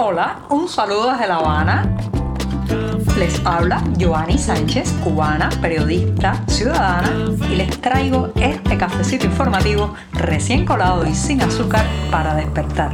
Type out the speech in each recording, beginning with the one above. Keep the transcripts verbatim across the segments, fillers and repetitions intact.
Hola, un saludo desde La Habana. Les habla Joanny Sánchez, cubana, periodista, ciudadana, y les traigo este cafecito informativo recién colado y sin azúcar para despertar.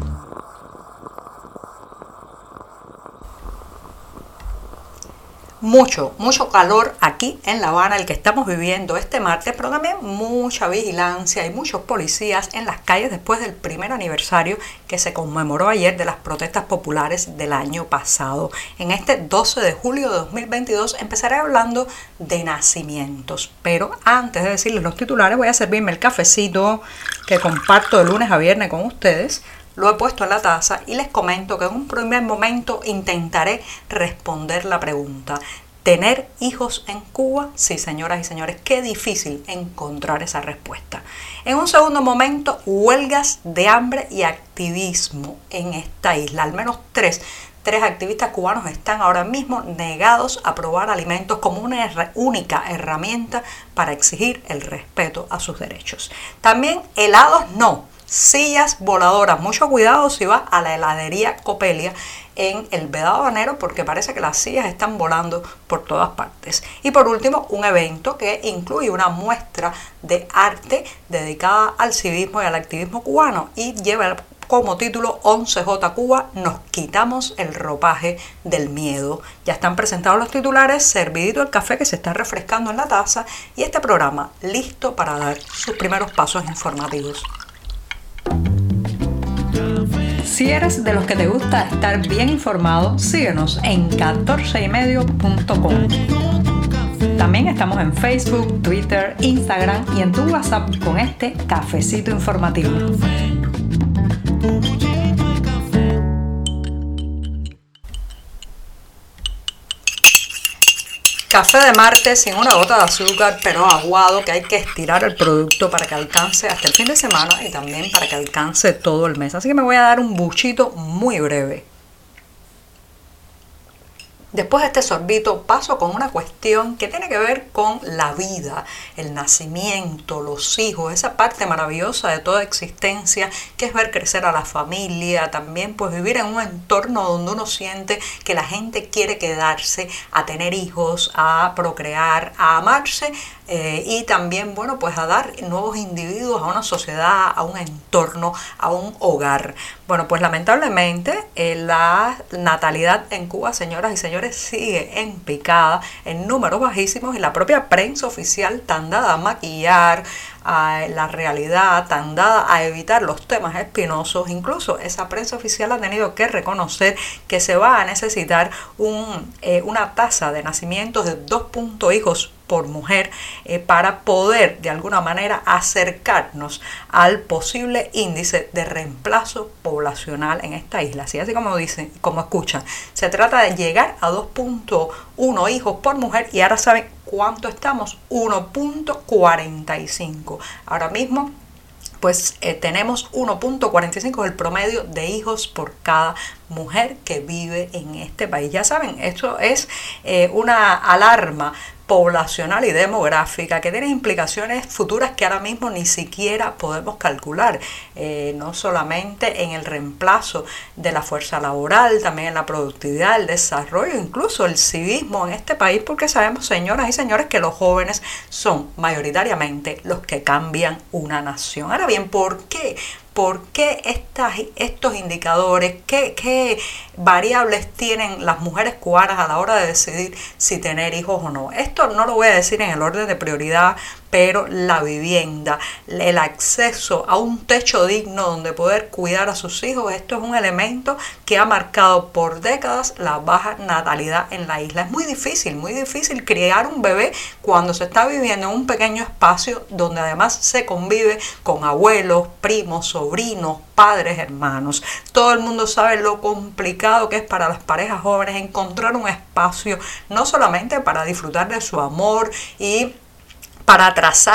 Mucho, mucho calor aquí en La Habana, el que estamos viviendo este martes, pero también mucha vigilancia y muchos policías en las calles después del primer aniversario que se conmemoró ayer de las protestas populares del año pasado. En este doce de julio de dos mil veintidós empezaré hablando de nacimientos, pero antes de decirles los titulares voy a servirme el cafecito que comparto de lunes a viernes con ustedes. Lo he puesto en la taza y les comento que en un primer momento intentaré responder la pregunta: ¿tener hijos en Cuba? Sí, señoras y señores, qué difícil encontrar esa respuesta. En un segundo momento, huelgas de hambre y activismo en esta isla. Al menos tres, tres activistas cubanos están ahora mismo negados a probar alimentos como una her- única herramienta para exigir el respeto a sus derechos. También helados no. Sillas voladoras, mucho cuidado si vas a la heladería Copelia en el Vedado Habanero, porque parece que las sillas están volando por todas partes. Y por último, un evento que incluye una muestra de arte dedicada al civismo y al activismo cubano y lleva como título once J Cuba, nos quitamos el ropaje del miedo. Ya están presentados los titulares, servidito el café que se está refrescando en la taza y este programa listo para dar sus primeros pasos informativos. Si eres de los que te gusta estar bien informado, síguenos en catorce y medio punto com. También estamos en Facebook, Twitter, Instagram y en tu WhatsApp con este cafecito informativo. Café de martes sin una gota de azúcar, pero aguado, que hay que estirar el producto para que alcance hasta el fin de semana y también para que alcance todo el mes. Así que me voy a dar un buchito muy breve. Después de este sorbito paso con una cuestión que tiene que ver con la vida, el nacimiento, los hijos, esa parte maravillosa de toda existencia que es ver crecer a la familia, también pues vivir en un entorno donde uno siente que la gente quiere quedarse a tener hijos, a procrear, a amarse eh, y también bueno pues a dar nuevos individuos a una sociedad, a un entorno, a un hogar. Bueno, pues lamentablemente eh, la natalidad en Cuba, señoras y señores, sigue en picada, en números bajísimos, y la propia prensa oficial tan dada a maquillar a la realidad, tan dada a evitar los temas espinosos, incluso esa prensa oficial ha tenido que reconocer que se va a necesitar un, eh, una tasa de nacimientos de dos punto hijos por mujer eh, para poder de alguna manera acercarnos al posible índice de reemplazo poblacional en esta isla. Así, así como dicen, como escuchan, se trata de llegar a dos punto uno hijos por mujer y ahora saben cuánto estamos, uno punto cuarenta y cinco. Ahora mismo pues eh, tenemos uno punto cuarenta y cinco el promedio de hijos por cada mujer que vive en este país. Ya saben, esto es eh, una alarma poblacional y demográfica que tiene implicaciones futuras que ahora mismo ni siquiera podemos calcular, eh, no solamente en el reemplazo de la fuerza laboral, también en la productividad, el desarrollo, incluso el civismo en este país, porque sabemos, señoras y señores, que los jóvenes son mayoritariamente los que cambian una nación. Ahora bien, ¿por qué? ¿Por qué estas, estos indicadores, qué, qué variables tienen las mujeres cubanas a la hora de decidir si tener hijos o no? Esto no lo voy a decir en el orden de prioridad, pero la vivienda, el acceso a un techo digno donde poder cuidar a sus hijos, esto es un elemento que ha marcado por décadas la baja natalidad en la isla. Es muy difícil, muy difícil criar un bebé cuando se está viviendo en un pequeño espacio donde además se convive con abuelos, primos, sobrinos, padres, hermanos. Todo el mundo sabe lo complicado que es para las parejas jóvenes encontrar un espacio no solamente para disfrutar de su amor y para trazar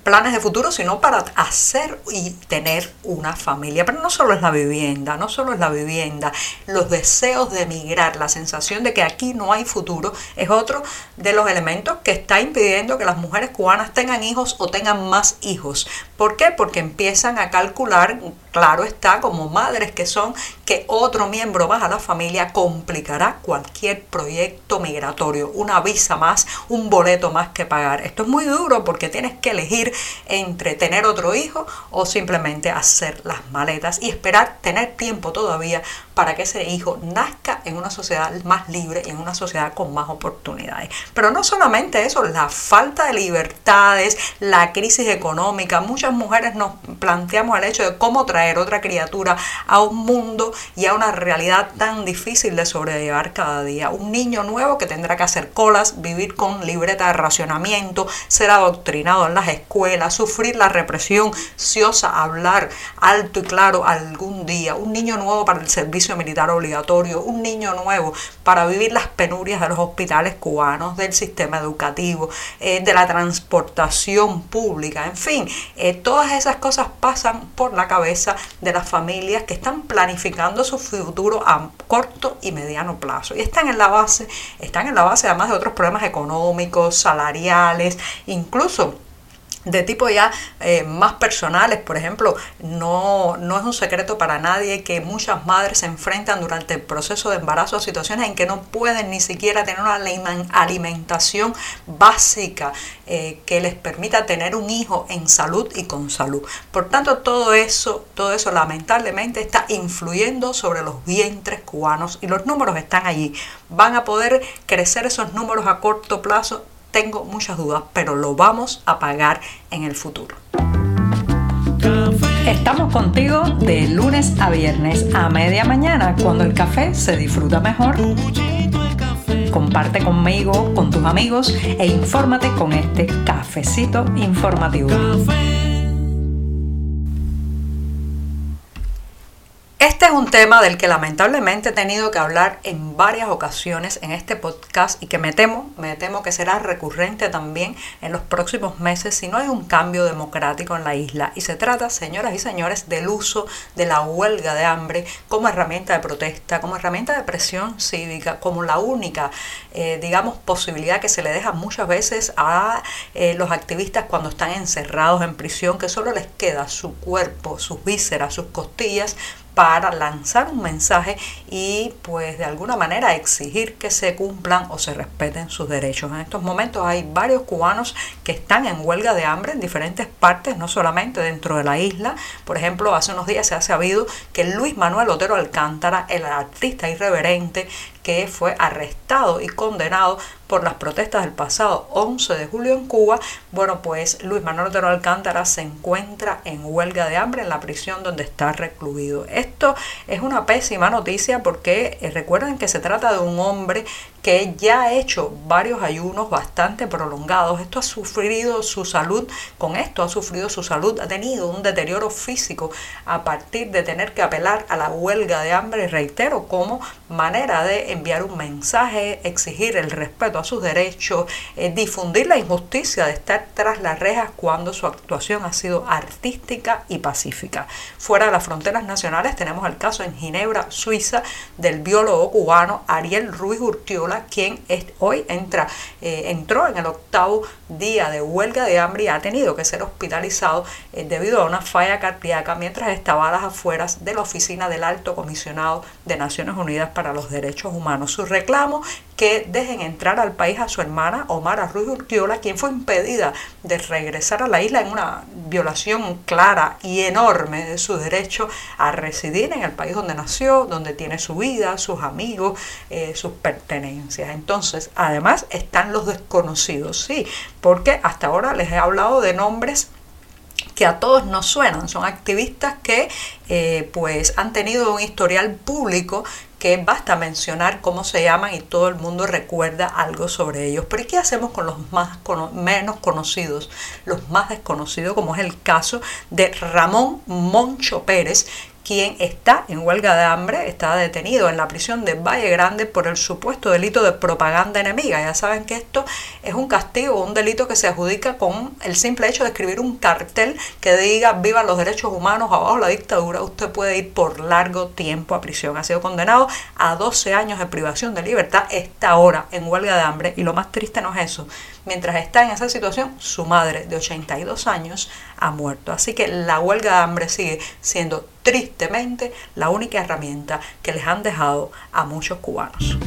planes de futuro, sino para hacer y tener una familia. Pero no solo es la vivienda, no solo es la vivienda, los deseos de emigrar, la sensación de que aquí no hay futuro, es otro de los elementos que está impidiendo que las mujeres cubanas tengan hijos o tengan más hijos. ¿Por qué? Porque empiezan a calcular, claro está, como madres que son, que otro miembro más a la familia complicará cualquier proyecto migratorio, una visa más, un boleto más que pagar. Esto es muy duro porque tienes que elegir entre tener otro hijo o simplemente hacer las maletas y esperar tener tiempo todavía para que ese hijo nazca en una sociedad más libre y en una sociedad con más oportunidades. Pero no solamente eso, la falta de libertades, la crisis económica. Muchas mujeres nos planteamos el hecho de cómo traer otra criatura a un mundo y a una realidad tan difícil de sobrellevar cada día. Un niño nuevo que tendrá que hacer colas, vivir con libreta de racionamiento, ser adoctrinado en las escuelas, sufrir la represión si osa hablar alto y claro algún día. Un niño nuevo para el servicio militar obligatorio, un niño nuevo para vivir las penurias de los hospitales cubanos, del sistema educativo, eh, de la transportación pública, en fin, eh, todas esas cosas pasan por la cabeza de las familias que están planificando su futuro a corto y mediano plazo y están en la base, están en la base además de otros problemas económicos, salariales, incluso de tipo ya eh, más personales. Por ejemplo, no, no es un secreto para nadie que muchas madres se enfrentan durante el proceso de embarazo a situaciones en que no pueden ni siquiera tener una alimentación básica eh, que les permita tener un hijo en salud y con salud. Por tanto, todo eso, todo eso lamentablemente está influyendo sobre los vientres cubanos y los números están allí. ¿Van a poder crecer esos números a corto plazo? Tengo muchas dudas, pero lo vamos a pagar en el futuro. Estamos contigo de lunes a viernes a media mañana, cuando el café se disfruta mejor. Comparte conmigo, con tus amigos e infórmate con este cafecito informativo. Este es un tema del que lamentablemente he tenido que hablar en varias ocasiones en este podcast y que me temo, me temo que será recurrente también en los próximos meses si no hay un cambio democrático en la isla. Y se trata, señoras y señores, del uso de la huelga de hambre como herramienta de protesta, como herramienta de presión cívica, como la única, eh, digamos, posibilidad que se le deja muchas veces a eh, los activistas cuando están encerrados en prisión, que solo les queda su cuerpo, sus vísceras, sus costillas, para lanzar un mensaje y pues de alguna manera exigir que se cumplan o se respeten sus derechos. En estos momentos hay varios cubanos que están en huelga de hambre en diferentes partes, no solamente dentro de la isla. Por ejemplo, hace unos días se ha sabido que Luis Manuel Otero Alcántara, el artista irreverente que fue arrestado y condenado por las protestas del pasado once de julio en Cuba, bueno, pues Luis Manuel Otero Alcántara se encuentra en huelga de hambre en la prisión donde está recluido. Esto es una pésima noticia porque eh, recuerden que se trata de un hombre que ya ha hecho varios ayunos bastante prolongados. Esto ha sufrido su salud, con esto ha sufrido su salud, ha tenido un deterioro físico a partir de tener que apelar a la huelga de hambre, reitero, como manera de enviar un mensaje, exigir el respeto a sus derechos, eh, difundir la injusticia de estar tras las rejas cuando su actuación ha sido artística y pacífica. Fuera de las fronteras nacionales tenemos el caso en Ginebra, Suiza, del biólogo cubano Ariel Ruiz Urquiola, quien es, hoy entra, eh, entró en el octavo día de huelga de hambre y ha tenido que ser hospitalizado eh, debido a una falla cardíaca mientras estaba a las afueras de la oficina del Alto Comisionado de Naciones Unidas para los Derechos Humanos. Su reclamo: que dejen entrar al país a su hermana Omara Ruiz Urquiola, quien fue impedida de regresar a la isla en una violación clara y enorme de su derecho a residir en el país donde nació, donde tiene su vida, sus amigos, eh, sus pertenencias. Entonces, además están los desconocidos, sí, porque hasta ahora les he hablado de nombres que a todos nos suenan. Son activistas que eh, pues han tenido un historial público que basta mencionar cómo se llaman y todo el mundo recuerda algo sobre ellos. Pero ¿y qué hacemos con los más cono- menos conocidos, los más desconocidos, como es el caso de Ramón Moncho Pérez, quien está en huelga de hambre, está detenido en la prisión de Valle Grande por el supuesto delito de propaganda enemiga. Ya saben que esto es un castigo, un delito que se adjudica con el simple hecho de escribir un cartel que diga viva los derechos humanos, abajo la dictadura. Usted puede ir por largo tiempo a prisión. Ha sido condenado a doce años de privación de libertad, está ahora en huelga de hambre, y lo más triste no es eso. Mientras está en esa situación, su madre de ochenta y dos años ha muerto. Así que la huelga de hambre sigue siendo tristemente la única herramienta que les han dejado a muchos cubanos.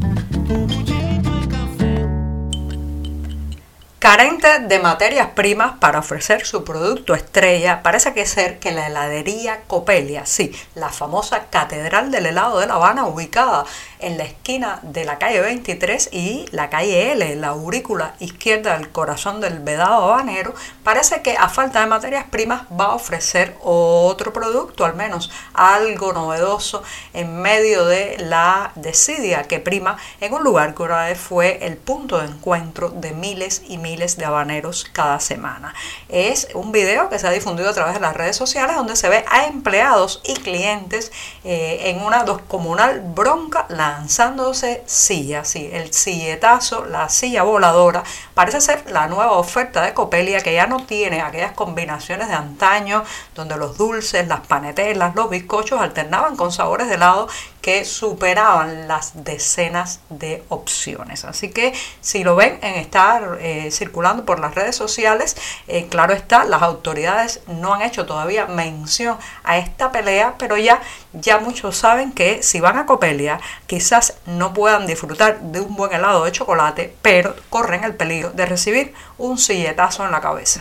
Carente de materias primas para ofrecer su producto estrella, parece que ser que la heladería Copelia, sí, la famosa catedral del helado de La Habana, ubicada en la esquina de la calle veintitrés y la calle L, la aurícula izquierda del corazón del Vedado habanero, parece que a falta de materias primas va a ofrecer otro producto, al menos algo novedoso en medio de la desidia que prima en un lugar que una vez fue el punto de encuentro de miles y miles de habaneros cada semana. Es un video que se ha difundido a través de las redes sociales donde se ve a empleados y clientes eh, en una descomunal bronca lanzándose sillas, sí, el silletazo, la silla voladora, parece ser la nueva oferta de Copelia, que ya no tiene aquellas combinaciones de antaño donde los dulces, las panetelas, los bizcochos alternaban con sabores de helado que superaban las decenas de opciones. Así que si lo ven en estar eh, circulando por las redes sociales, eh, claro está, las autoridades no han hecho todavía mención a esta pelea, pero ya, ya muchos saben que si van a Copelia quizás no puedan disfrutar de un buen helado de chocolate, pero corren el peligro de recibir un silletazo en la cabeza.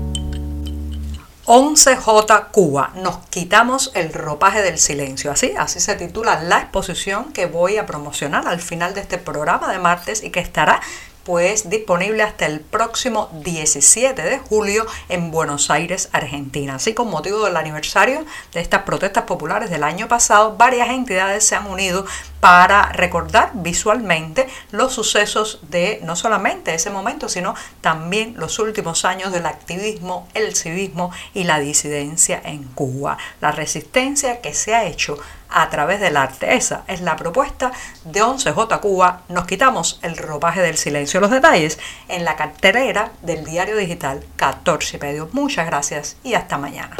once J Cuba, nos quitamos el ropaje del silencio. Así, así se titula la exposición que voy a promocionar al final de este programa de martes y que estará pues disponible hasta el próximo diecisiete de julio en Buenos Aires, Argentina. Así, con motivo del aniversario de estas protestas populares del año pasado, varias entidades se han unido para recordar visualmente los sucesos de no solamente ese momento, sino también los últimos años del activismo, el civismo y la disidencia en Cuba. La resistencia que se ha hecho a través del arte. Esa es la propuesta de once J Cuba. Nos quitamos el ropaje del silencio. Los detalles en la cartelera del diario digital catorce y medio. Muchas gracias y hasta mañana.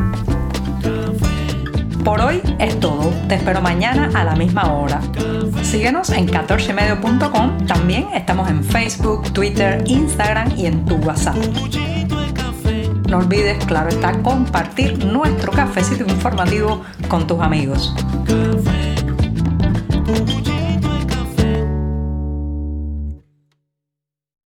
Por hoy es todo. Te espero mañana a la misma hora. Síguenos en catorce y medio punto com. También estamos en Facebook, Twitter, Instagram y en tu WhatsApp. No olvides, claro está, compartir nuestro cafecito informativo con tus amigos. Café.